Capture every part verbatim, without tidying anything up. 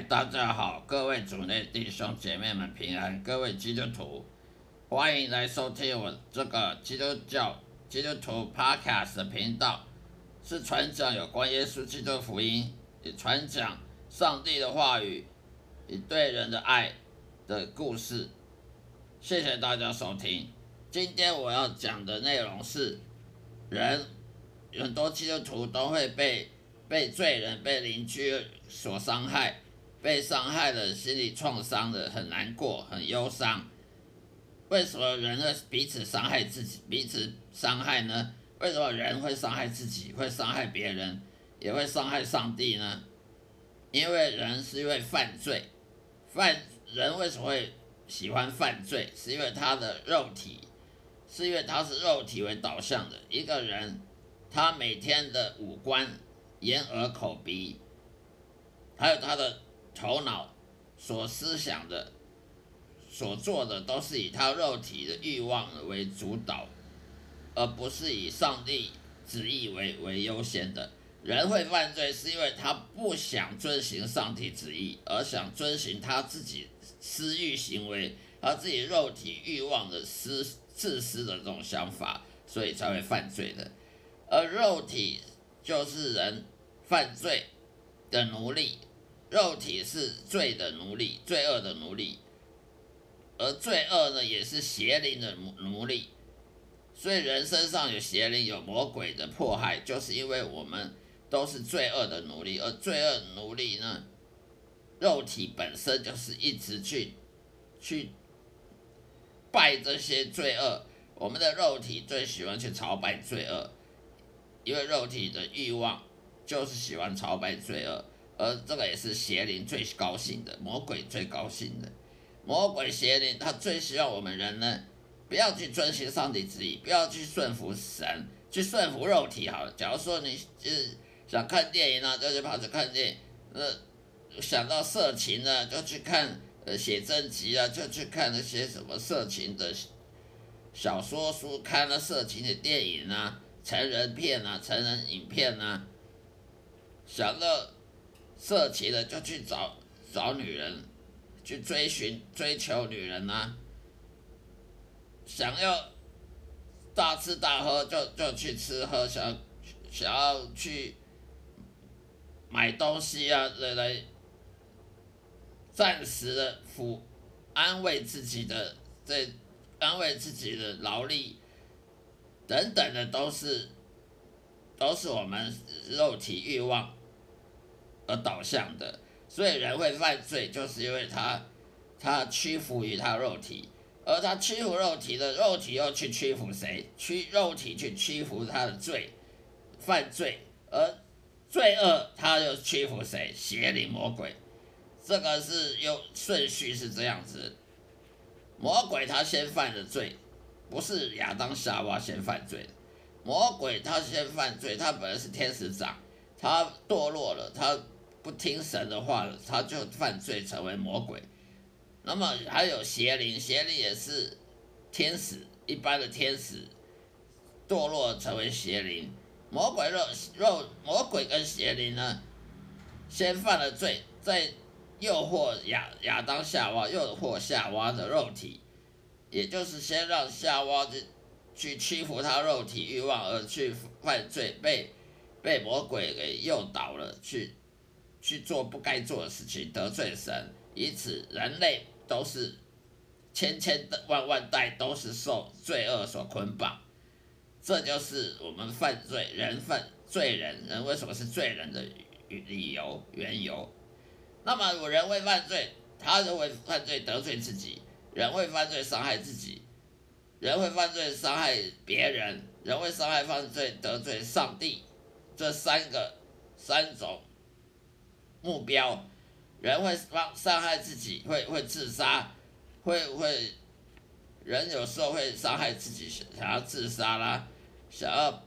大家好，各位主内弟兄姐妹们平安，各位基督徒，欢迎来收听我这个基督教基督徒 Podcast 的频道，是传讲有关耶稣基督福音，也传讲上帝的话语，以对人的爱的故事。谢谢大家收听。今天我要讲的内容是，人很多基督徒都会被被罪人、被邻居所伤害。被伤害了，心理创伤的，很难过，很忧伤。为什么人会彼此伤害自己，彼此伤害呢？为什么人会伤害自己，会伤害别人，也会伤害上帝呢？因为人是因为犯罪，犯人为什么会喜欢犯罪？是因为他的肉体，是因为他是肉体为导向的。一个人，他每天的五官，眼、耳、口、鼻，还有他的头脑所思想的、所做的，都是以他肉体的欲望为主导，而不是以上帝旨意为为优先的。人会犯罪，是因为他不想遵行上帝旨意，而想遵循他自己私欲行为，他自己肉体欲望的私自私的这种想法，所以才会犯罪的。而肉体就是人犯罪的奴隶。肉体是罪的奴隶，罪恶的奴隶，而罪恶呢，也是邪灵的奴隶。所以人身上有邪灵，有魔鬼的迫害，就是因为我们都是罪恶的奴隶。而罪恶奴隶呢，肉体本身就是一直去去拜这些罪恶。我们的肉体最喜欢去朝拜罪恶，因为肉体的欲望就是喜欢朝拜罪恶。而这个也是邪灵最高兴的，魔鬼最高兴的。魔鬼邪灵他最希望我们人呢，不要去遵循上帝旨意，不要去顺服神，去顺服肉体好了。假如说你就是想看电影呢、啊，就去跑去看电影；那想到色情呢，就去看呃写真集啊，就去看那些什么色情的小说书，看那色情的电影啊，成人片啊，成人影片啊，想到色情的就去找找女人，去追寻追求女人啊，想要大吃大喝就就去吃喝，想想要去买东西啊，来来暂时的抚安慰自己的这安慰自己的劳力等等的，都是都是我们肉体欲望而导向的。所以人会犯罪，就是因为他他屈服于他肉体，而他屈服肉体的肉体又去屈服谁？屈肉体去屈服他的罪，犯罪，而罪恶他又屈服谁？邪灵魔鬼。这个是有顺序是这样子，魔鬼他先犯的罪，不是亚当夏娃先犯罪的。魔鬼他先犯罪，他本来是天使长，他堕落了，他不听神的话了，他就犯罪成为魔鬼。那么还有邪灵，邪灵也是天使，一般的天使堕落成为邪灵。魔鬼肉肉魔鬼跟邪灵呢，先犯了罪，在诱惑亚亚当夏娃，诱惑夏娃的肉体，也就是先让夏娃去去屈服他肉体欲望而去犯罪，被被魔鬼给诱导了，去去做不该做的事情，得罪神，以此人类都是千千万万代都是受罪恶所捆绑。这就是我们犯罪人犯罪人人为什么是罪人的理由缘由。那么我人会犯罪，他就会犯罪得罪自己，人会犯罪伤害自己，人会犯罪伤害别人，人会伤害犯罪得罪上帝。这三个三种目标，人会伤害自己，会会自杀，会会人有时候会伤害自己，想要自杀啦，想要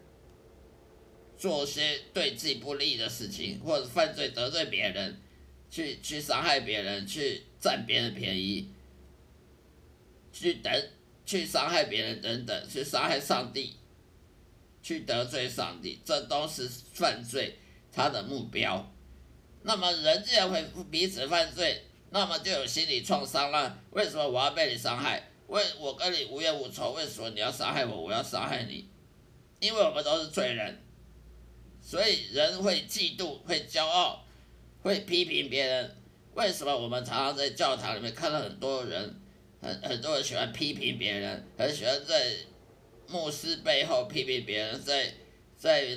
做些对自己不利的事情，或者犯罪得罪别人，去去伤害别人，去占别人便宜，去等去伤害别人等等，去伤害上帝，去得罪上帝，这都是犯罪他的目标。 那么人既然会彼此犯罪，那么就有心理创伤了。为什么我要被你伤害？为我跟你无冤无仇，为什么你要伤害我？我要伤害你？因为我们都是罪人，所以人会嫉妒，会骄傲，会批评别人。为什么我们常常在教堂里面看到很多人，很很多人喜欢批评别人，很喜欢在牧师背后批评别人，在在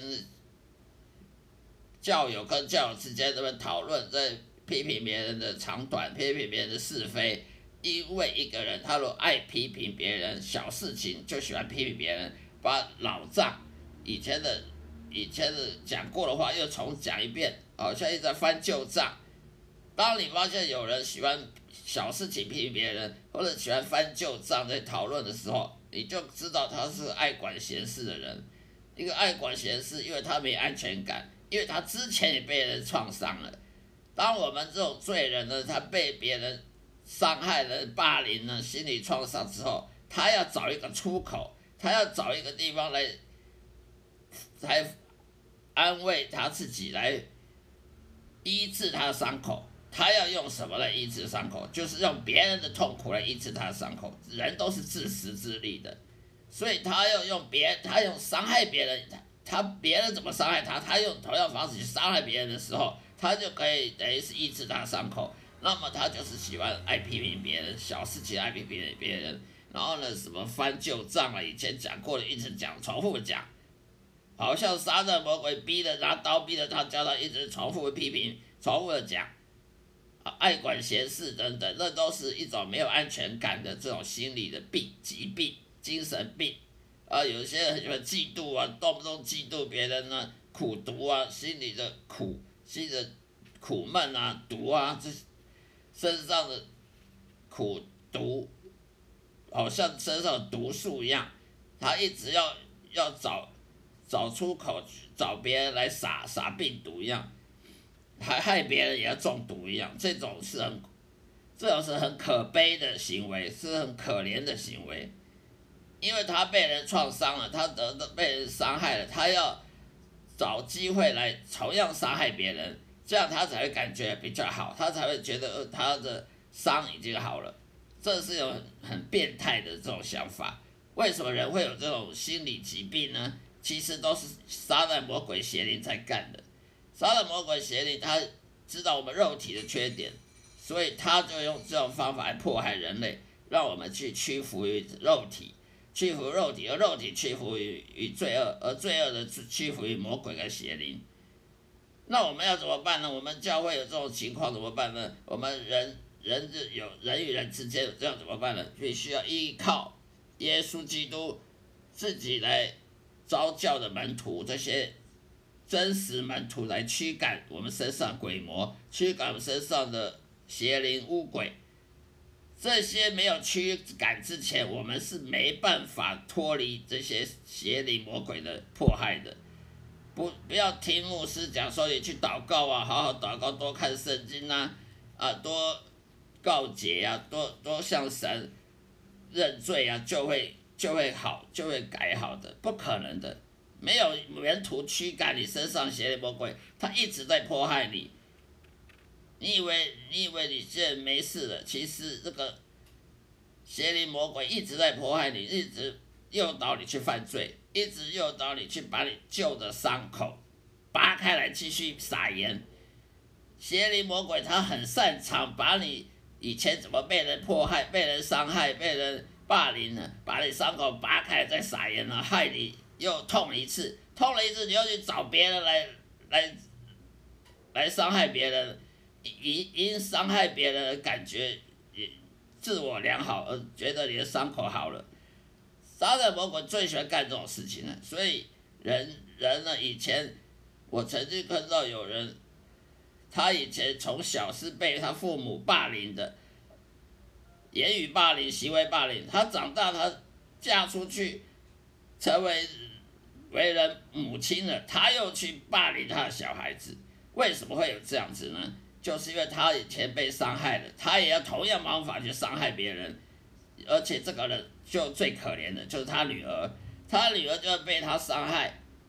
教友跟教友之间这边讨论，在批评别人的长短，批评别人的是非。因为一个人他如果爱批评别人，小事情就喜欢批评别人，把老账以前的以前的讲过的话又重讲一遍，好像一直在翻旧账。当你发现有人喜欢小事情批评别人，或者喜欢翻旧账在讨论的时候，你就知道他是爱管闲事的人。一个爱管闲事，因为他没安全感，因为他之前也被人创伤了。当我们这种罪人呢，他被别人伤害了、霸凌了、心理创伤之后，他要找一个出口，他要找一个地方来，来安慰他自己，来医治他的伤口。他要用什么来医治伤口？就是用别人的痛苦来医治他的伤口。人都是自食自力的，所以他要用别，他用伤害别人，他别人怎么伤害他，他用同样方式去伤害别人的时候，他就可以等于是医治他的伤口。那么他就是喜欢爱批评别人，小事情爱批评别人，然后呢，什么翻旧账啊，以前讲过的一直讲，重复讲，好像杀人魔鬼逼的拿刀逼的他，叫他一直重复批评，重复的讲。爱管闲事等等，那都是一种没有安全感的这种心理的病、疾病、精神病。啊，有些人很喜欢嫉妒啊，动不动嫉妒别人呢，苦毒啊，心里的苦、心里的苦闷啊、毒啊，这身上的苦毒，好像身上有毒素一样，他一直要要找找出口，找别人来撒撒病毒一样。还害别人也要中毒一样，这种是很，这种是很可悲的行为，是很可怜的行为，因为他被人创伤了，他得的被人伤害了，他要找机会来同样伤害别人，这样他才会感觉比较好，他才会觉得他的伤已经好了，这是有很很变态的这种想法。为什么人会有这种心理疾病呢？其实都是撒旦魔鬼邪灵在干的。撒旦魔鬼邪灵，他知道我们肉体的缺点，所以他就用这种方法来迫害人类，让我们去屈服于肉体，屈服肉体，而肉体屈服于于罪恶，而罪恶的屈服于魔鬼跟邪灵。那我们要怎么办呢？我们教会有这种情况怎么办呢？我们人人有人与人之间有这样怎么办呢？必须要依靠耶稣基督自己来召教的门徒，这些真实门徒来驱赶我们身上鬼魔，驱赶我们身上的邪灵污鬼。这些没有驱赶之前，我们是没办法脱离这些邪灵魔鬼的迫害的。不，不要听牧师讲说你去祷告啊，好好祷告，多看圣经啊，啊，多告解啊，多多向神认罪啊，就会就会好，就会改好的，不可能的。没有门徒驱赶你身上邪灵魔鬼，他一直在迫害你。你以为你以为你现在没事了，其实这个邪灵魔鬼一直在迫害你，一直诱导你去犯罪，一直诱导你去把你旧的伤口扒开来继续撒盐。邪灵魔鬼他很擅长把你以前怎么被人迫害、被人伤害、被人霸凌了，把你伤口扒开再撒盐了，害你又痛一次，痛了一次你又去找别人来来来伤害别人，因因伤害别人的感觉自我良好而觉得你的伤口好了。撒旦魔鬼最喜欢干这种事情了，所以人人呢，以前我曾经看到有人，他以前从小是被他父母霸凌的，言语霸凌、行为霸凌，他长大他嫁出去，成为为人母亲了，他又去霸凌他的小孩子。为什么会有这样子呢？就是因为他以前被伤害了，他也要同样方法去伤害别人，而且这个人就最可怜的就是他女儿，他女儿就被他伤害，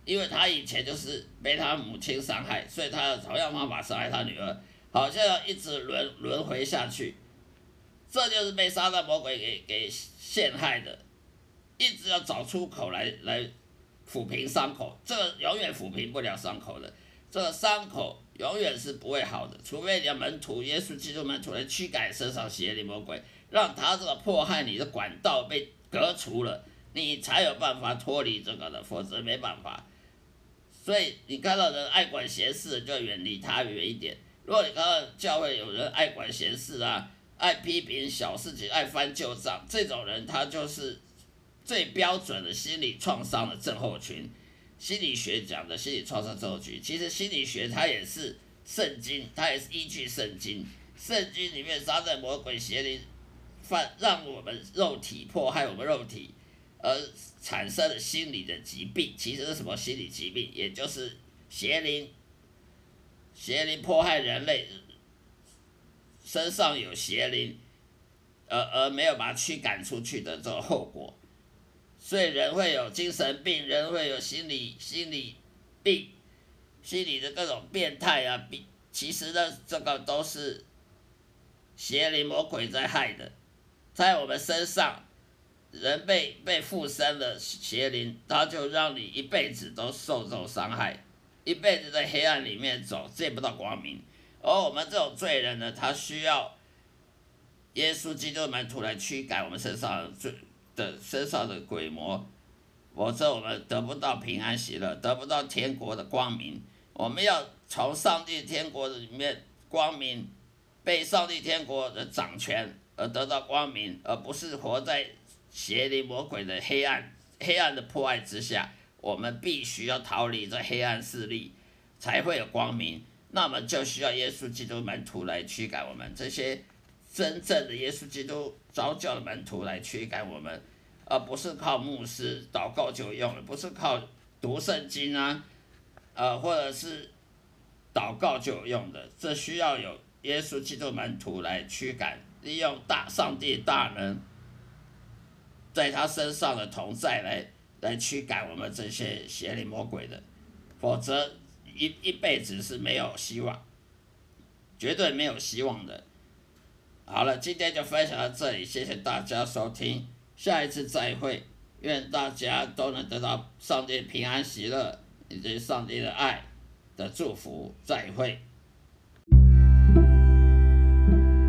因为他以前就是被他母亲伤害，所以他要同样方法伤害他女儿，好像要一直轮轮回下去。这就是被撒旦魔鬼给给陷害的，一直要找出口来来抚平伤口，这个永远抚平不了伤口的，这个伤口永远是不会好的，除非你的门徒耶稣基督门徒来驱赶身上邪灵魔鬼，让他这个迫害你的管道被革除了，你才有办法脱离这个的，否则没办法。所以你看到人爱管闲事，就远离他远一点。如果你看到教会有人爱管闲事啊，爱批评小事情，爱翻旧账，这种人他就是最标准的心理创伤的症候群。心理学讲的心理创伤症候群，其实心理学它也是圣经，它也是依据圣经。圣经里面撒旦魔鬼邪灵犯让我们肉体迫害我们肉体，而产生的心理的疾病，其实是什么心理疾病？也就是邪灵，邪灵迫害人类，身上有邪灵，而而没有把它驱赶出去的这个后果。所以人会有精神病，人会有心理心理病，心理的各种变态啊，病其实呢，这个都是邪灵魔鬼在害的，在我们身上，人被被附身了邪灵，他就让你一辈子都受这种伤害，一辈子在黑暗里面走，见不到光明。而我们这种罪人呢，他需要耶稣基督的门徒来驱赶我们身上的罪。的身上的鬼魔，否则我们得不到平安喜乐，得不到天国的光明。我们要从上帝天国里面光明，被上帝天国的掌权而得到光明，而不是活在邪灵魔鬼的黑暗黑暗的迫害之下。我们必须要逃离这黑暗势力，才会有光明。那么就需要耶稣基督门徒来驱赶我们这些真正的耶稣基督召教的门徒来驱赶我们，而不是靠牧师祷告就用了，不是靠读圣经啊，呃，或者是祷告就有用的。这需要有耶稣基督门徒来驱赶，利用大上帝大能在他身上的同在来来驱赶我们这些邪灵魔鬼的，否则一一辈子是没有希望，绝对没有希望的。好了，今天就分享到这里，谢谢大家收听，下一次再会，愿大家都能得到上帝平安喜乐以及上帝的爱的祝福，再会。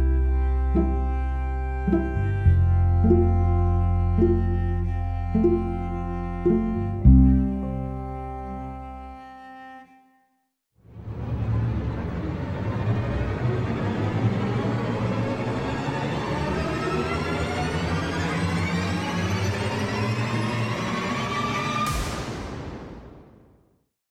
thank you